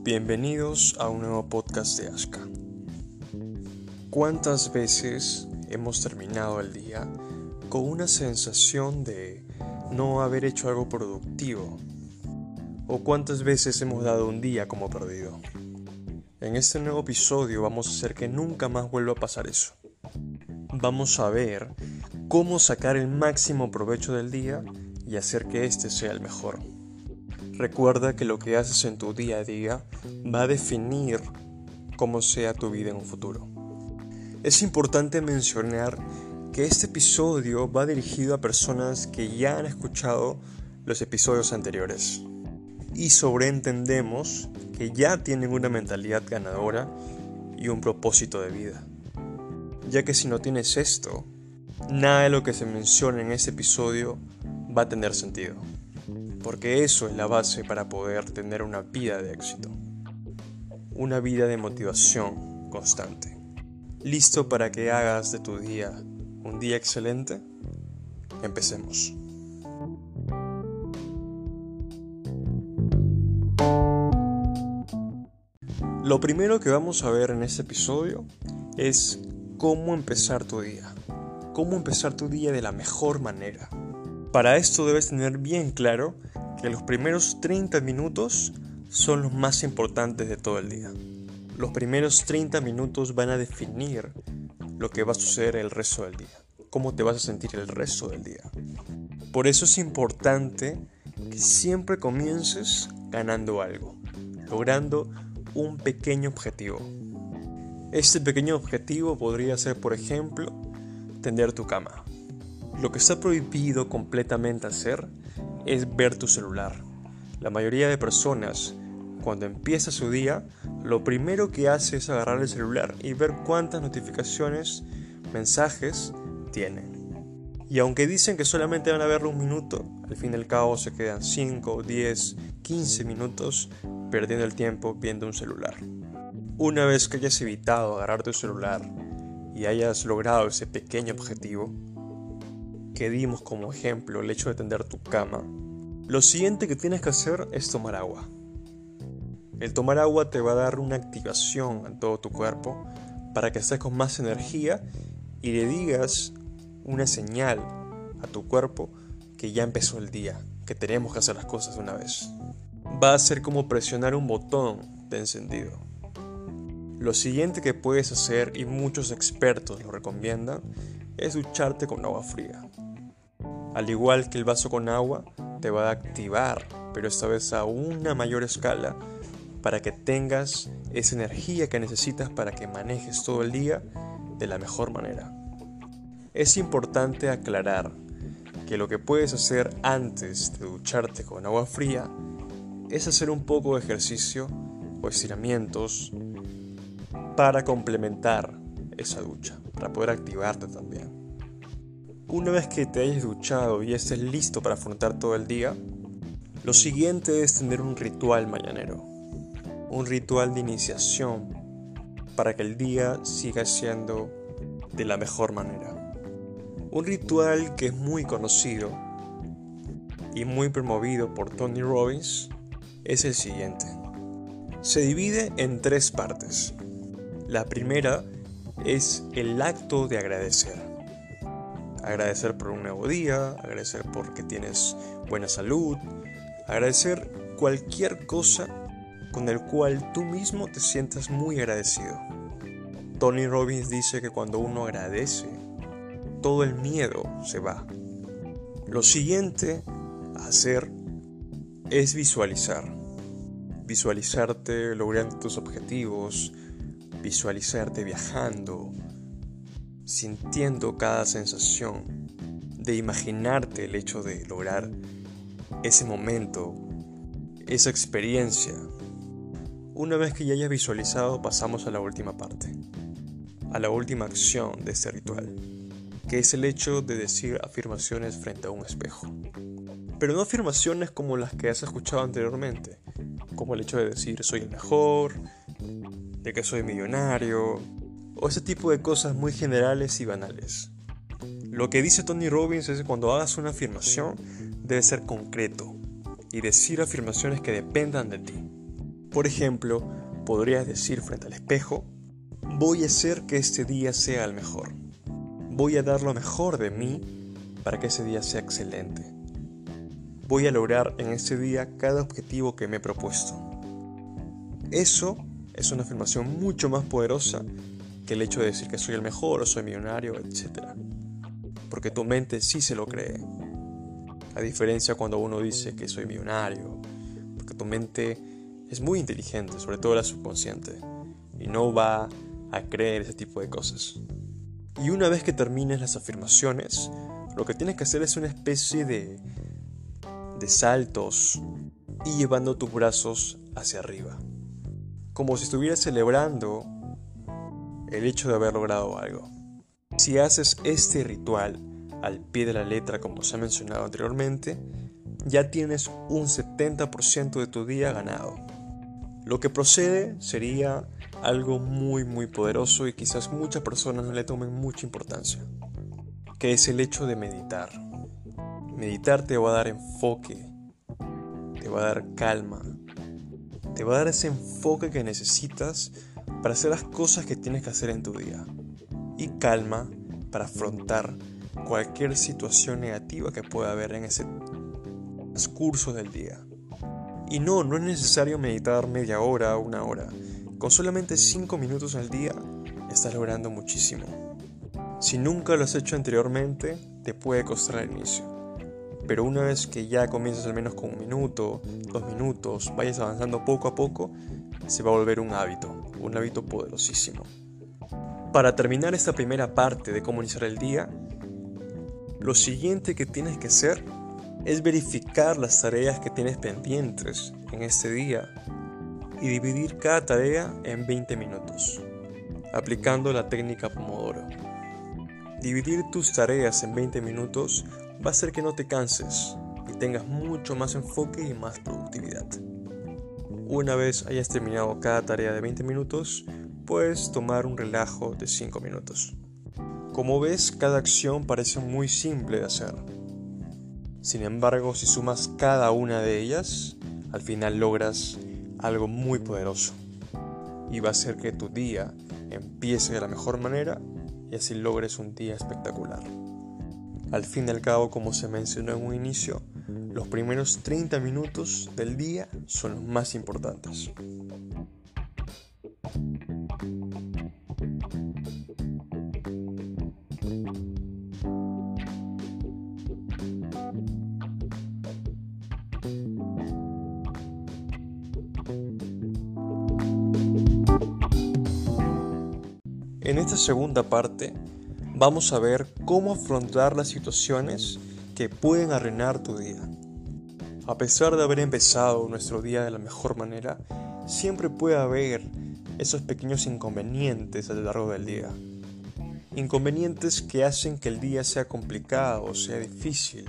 Bienvenidos a un nuevo podcast de Ashka. ¿Cuántas veces hemos terminado el día con una sensación de no haber hecho algo productivo? ¿O cuántas veces hemos dado un día como perdido? En este nuevo episodio vamos a hacer que nunca más vuelva a pasar eso. Vamos a ver cómo sacar el máximo provecho del día y hacer que este sea el mejor. Recuerda que lo que haces en tu día a día va a definir cómo sea tu vida en un futuro. Es importante mencionar que este episodio va dirigido a personas que ya han escuchado los episodios anteriores y sobreentendemos que ya tienen una mentalidad ganadora y un propósito de vida. Ya que si no tienes esto, nada de lo que se menciona en este episodio va a tener sentido. Porque eso es la base para poder tener una vida de éxito. Una vida de motivación constante. ¿Listo para que hagas de tu día un día excelente? Empecemos. Lo primero que vamos a ver en este episodio es cómo empezar tu día. Cómo empezar tu día de la mejor manera. Para esto debes tener bien claro que los primeros 30 minutos son los más importantes de todo el día. Los primeros 30 minutos van a definir lo que va a suceder el resto del día, cómo te vas a sentir el resto del día. Por eso es importante que siempre comiences ganando algo, logrando un pequeño objetivo. Este pequeño objetivo podría ser, por ejemplo, tender tu cama. Lo que está prohibido completamente hacer es ver tu celular. La mayoría de personas, cuando empieza su día, lo primero que hace es agarrar el celular y ver cuántas notificaciones, mensajes tienen. Y aunque dicen que solamente van a verlo un minuto, al fin y al cabo se quedan 5, 10, 15 minutos perdiendo el tiempo viendo un celular. Una vez que hayas evitado agarrar tu celular y hayas logrado ese pequeño objetivo, que dimos como ejemplo el hecho de tender tu cama, lo siguiente que tienes que hacer es tomar agua. El tomar agua te va a dar una activación en todo tu cuerpo para que estés con más energía y le digas una señal a tu cuerpo que ya empezó el día, que tenemos que hacer las cosas de una vez. Va a ser como presionar un botón de encendido. Lo siguiente que puedes hacer, y muchos expertos lo recomiendan, es ducharte con agua fría. Al igual que el vaso con agua, te va a activar, pero esta vez a una mayor escala, para que tengas esa energía que necesitas para que manejes todo el día de la mejor manera. Es importante aclarar que lo que puedes hacer antes de ducharte con agua fría es hacer un poco de ejercicio o estiramientos para complementar esa ducha, para poder activarte también. Una vez que te hayas duchado y estés listo para afrontar todo el día, lo siguiente es tener un ritual mañanero, un ritual de iniciación para que el día siga siendo de la mejor manera. Un ritual que es muy conocido y muy promovido por Tony Robbins es el siguiente. Se divide en 3 partes. La primera es el acto de agradecer. Agradecer por un nuevo día, agradecer porque tienes buena salud, agradecer cualquier cosa con el cual tú mismo te sientas muy agradecido. Tony Robbins dice que cuando uno agradece, todo el miedo se va. Lo siguiente a hacer es visualizar. Visualizarte logrando tus objetivos, visualizarte viajando, sintiendo cada sensación, de imaginarte el hecho de lograr ese momento, esa experiencia. Una vez que ya hayas visualizado, pasamos a la última parte, a la última acción de este ritual, que es el hecho de decir afirmaciones frente a un espejo. Pero no afirmaciones como las que has escuchado anteriormente, como el hecho de decir soy el mejor, de que soy millonario, o ese tipo de cosas muy generales y banales. Lo que dice Tony Robbins es que cuando hagas una afirmación debe ser concreto y decir afirmaciones que dependan de ti. Por ejemplo, podrías decir frente al espejo: voy a hacer que este día sea el mejor. Voy a dar lo mejor de mí para que ese día sea excelente. Voy a lograr en este día cada objetivo que me he propuesto. Eso es una afirmación mucho más poderosa que el hecho de decir que soy el mejor o soy millonario, etc. Porque tu mente sí se lo cree. A diferencia cuando uno dice que soy millonario, porque tu mente es muy inteligente, sobre todo la subconsciente, y no va a creer ese tipo de cosas. Y una vez que termines las afirmaciones, lo que tienes que hacer es una especie de saltos y llevando tus brazos hacia arriba, como si estuvieras celebrando el hecho de haber logrado algo. Si haces este ritual al pie de la letra, como se ha mencionado anteriormente, ya tienes un 70% de tu día ganado. Lo que procede sería algo muy poderoso y quizás muchas personas no le tomen mucha importancia, que es el hecho de meditar. Meditar te va a dar enfoque, te va a dar calma, te va a dar ese enfoque que necesitas para hacer las cosas que tienes que hacer en tu día, y calma para afrontar cualquier situación negativa que pueda haber en ese transcurso del día. Y no es necesario meditar media hora o una hora. Con solamente 5 minutos al día estás logrando muchísimo. Si nunca lo has hecho anteriormente, te puede costar al inicio. Pero una vez que ya comienzas al menos con 1 minuto, 2 minutos, vayas avanzando poco a poco, se va a volver un hábito poderosísimo. Para terminar esta primera parte de cómo iniciar el día, lo siguiente que tienes que hacer es verificar las tareas que tienes pendientes en este día y dividir cada tarea en 20 minutos, aplicando la técnica Pomodoro. Dividir tus tareas en 20 minutos va a hacer que no te canses y tengas mucho más enfoque y más productividad. Una vez hayas terminado cada tarea de 20 minutos, puedes tomar un relajo de 5 minutos. Como ves, cada acción parece muy simple de hacer. Sin embargo, si sumas cada una de ellas, al final logras algo muy poderoso. Y va a hacer que tu día empiece de la mejor manera y así logres un día espectacular. Al fin y al cabo, como se mencionó en un inicio, los primeros 30 minutos del día son los más importantes. En esta segunda parte vamos a ver cómo afrontar las situaciones que pueden arruinar tu día. A pesar de haber empezado nuestro día de la mejor manera, siempre puede haber esos pequeños inconvenientes a lo largo del día. Inconvenientes que hacen que el día sea complicado, sea difícil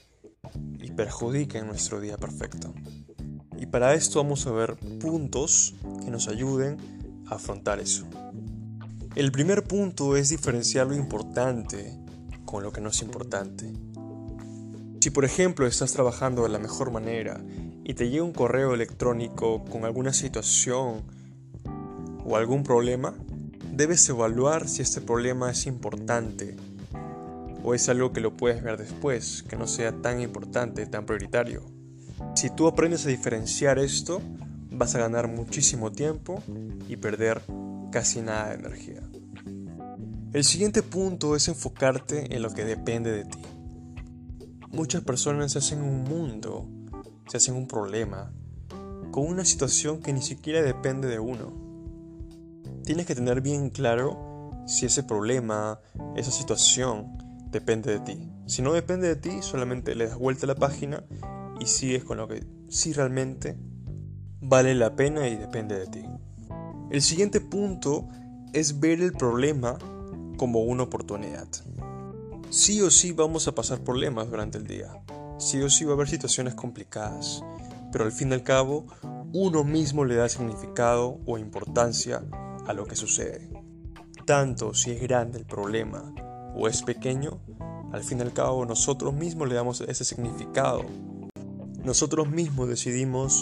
y perjudiquen nuestro día perfecto. Y para esto vamos a ver puntos que nos ayuden a afrontar eso. El primer punto es diferenciar lo importante con lo que no es importante. Si por ejemplo estás trabajando de la mejor manera y te llega un correo electrónico con alguna situación o algún problema, debes evaluar si este problema es importante o es algo que lo puedes ver después, que no sea tan importante, tan prioritario. Si tú aprendes a diferenciar esto, vas a ganar muchísimo tiempo y perder casi nada de energía. El siguiente punto es enfocarte en lo que depende de ti. Muchas personas se hacen un mundo, se hacen un problema, con una situación que ni siquiera depende de uno. Tienes que tener bien claro si ese problema, esa situación, depende de ti. Si no depende de ti, solamente le das vuelta a la página y sigues con lo que sí realmente vale la pena y depende de ti. El siguiente punto es ver el problema como una oportunidad. Sí o sí vamos a pasar problemas durante el día. Sí o sí va a haber situaciones complicadas. Pero al fin y al cabo, uno mismo le da significado o importancia a lo que sucede. Tanto si es grande el problema o es pequeño, al fin y al cabo nosotros mismos le damos ese significado. Nosotros mismos decidimos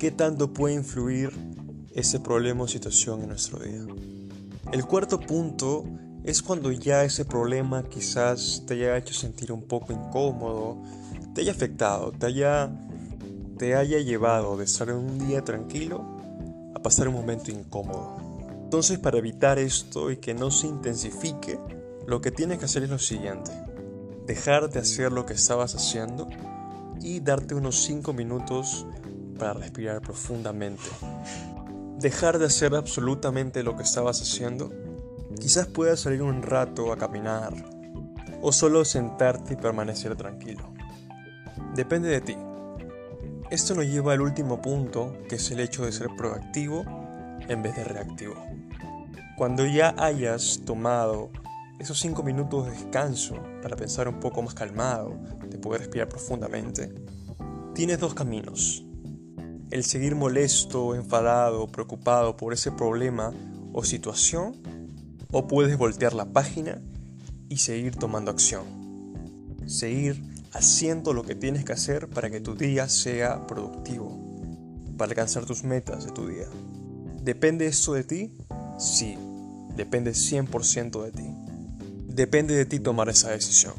qué tanto puede influir ese problema o situación en nuestro día. El cuarto punto es cuando ya ese problema quizás te haya hecho sentir un poco incómodo, te haya afectado, te haya llevado de estar en un día tranquilo a pasar un momento incómodo. Entonces, para evitar esto y que no se intensifique, lo que tienes que hacer es lo siguiente: dejar de hacer lo que estabas haciendo y darte unos 5 minutos para respirar profundamente. Dejar de hacer absolutamente lo que estabas haciendo. Quizás puedas salir un rato a caminar o solo sentarte y permanecer tranquilo. Depende de ti. Esto nos lleva al último punto, que es el hecho de ser proactivo en vez de reactivo. Cuando ya hayas tomado esos 5 minutos de descanso para pensar un poco más calmado, de poder respirar profundamente, tienes dos caminos: el seguir molesto, enfadado, preocupado por ese problema o situación, o puedes voltear la página y seguir tomando acción. Seguir haciendo lo que tienes que hacer para que tu día sea productivo, para alcanzar tus metas de tu día. ¿Depende esto de ti? Sí, depende 100% de ti. Depende de ti tomar esa decisión.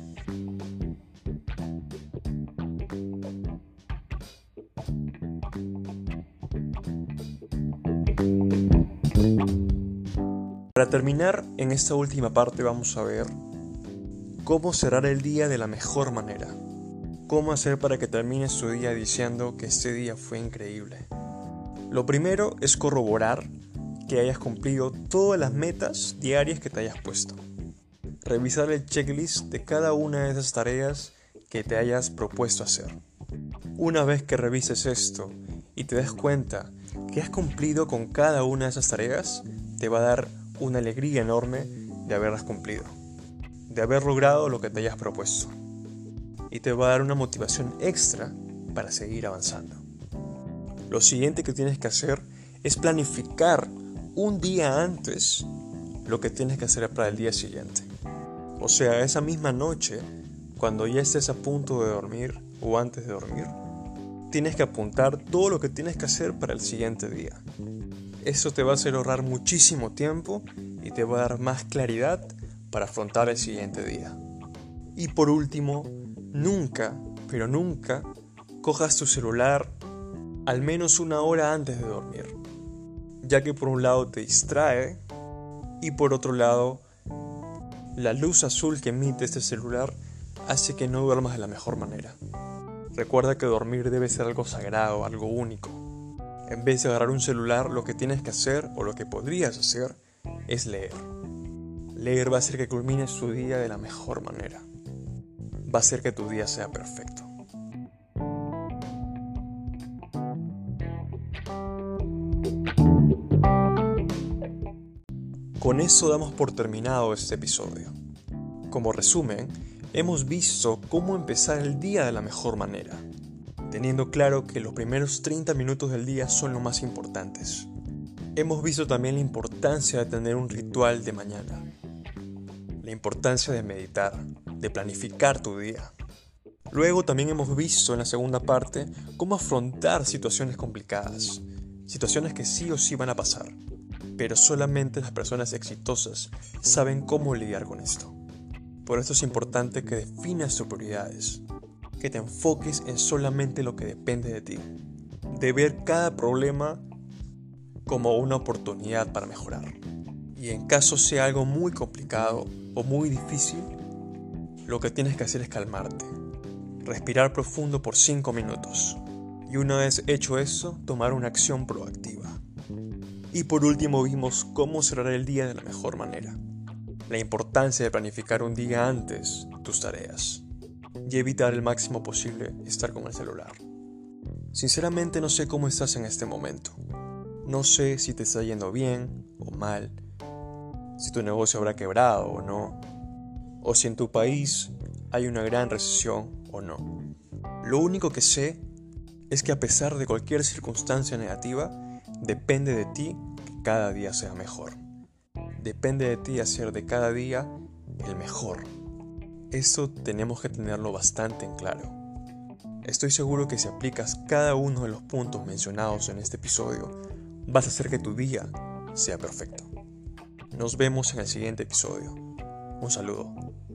Para terminar, en esta última parte vamos a ver cómo cerrar el día de la mejor manera. Cómo hacer para que termines tu día diciendo que este día fue increíble. Lo primero es corroborar que hayas cumplido todas las metas diarias que te hayas puesto. Revisar el checklist de cada una de esas tareas que te hayas propuesto hacer. Una vez que revises esto y te des cuenta que has cumplido con cada una de esas tareas, te va a dar una alegría enorme de haberlas cumplido, de haber logrado lo que te hayas propuesto, y te va a dar una motivación extra para seguir avanzando. Lo siguiente que tienes que hacer es planificar un día antes lo que tienes que hacer para el día siguiente. O sea, esa misma noche, cuando ya estés a punto de dormir o antes de dormir, tienes que apuntar todo lo que tienes que hacer para el siguiente día. Eso te va a hacer ahorrar muchísimo tiempo y te va a dar más claridad para afrontar el siguiente día. Y por último, nunca, pero nunca, cojas tu celular al menos 1 hora antes de dormir, ya que por un lado te distrae y por otro lado, la luz azul que emite este celular hace que no duermas de la mejor manera. Recuerda que dormir debe ser algo sagrado, algo único. En vez de agarrar un celular, lo que tienes que hacer o lo que podrías hacer es leer. Leer va a hacer que culmines tu día de la mejor manera. Va a hacer que tu día sea perfecto. Con eso damos por terminado este episodio. Como resumen, hemos visto cómo empezar el día de la mejor manera, teniendo claro que los primeros 30 minutos del día son los más importantes. Hemos visto también la importancia de tener un ritual de mañana, la importancia de meditar, de planificar tu día. Luego también hemos visto en la segunda parte cómo afrontar situaciones complicadas, situaciones que sí o sí van a pasar, pero solamente las personas exitosas saben cómo lidiar con esto. Por eso es importante que definas tus prioridades, que te enfoques en solamente lo que depende de ti, de ver cada problema como una oportunidad para mejorar. Y en caso sea algo muy complicado o muy difícil, lo que tienes que hacer es calmarte, respirar profundo por 5 minutos y una vez hecho eso, tomar una acción proactiva. Y por último vimos cómo cerrar el día de la mejor manera, la importancia de planificar un día antes tus tareas y evitar el máximo posible estar con el celular. Sinceramente no sé cómo estás en este momento. No sé si te está yendo bien o mal, si tu negocio habrá quebrado o no, o si en tu país hay una gran recesión o no. Lo único que sé es que a pesar de cualquier circunstancia negativa, depende de ti que cada día sea mejor. Depende de ti hacer de cada día el mejor. Eso tenemos que tenerlo bastante en claro. Estoy seguro que si aplicas cada uno de los puntos mencionados en este episodio, vas a hacer que tu día sea perfecto. Nos vemos en el siguiente episodio. Un saludo.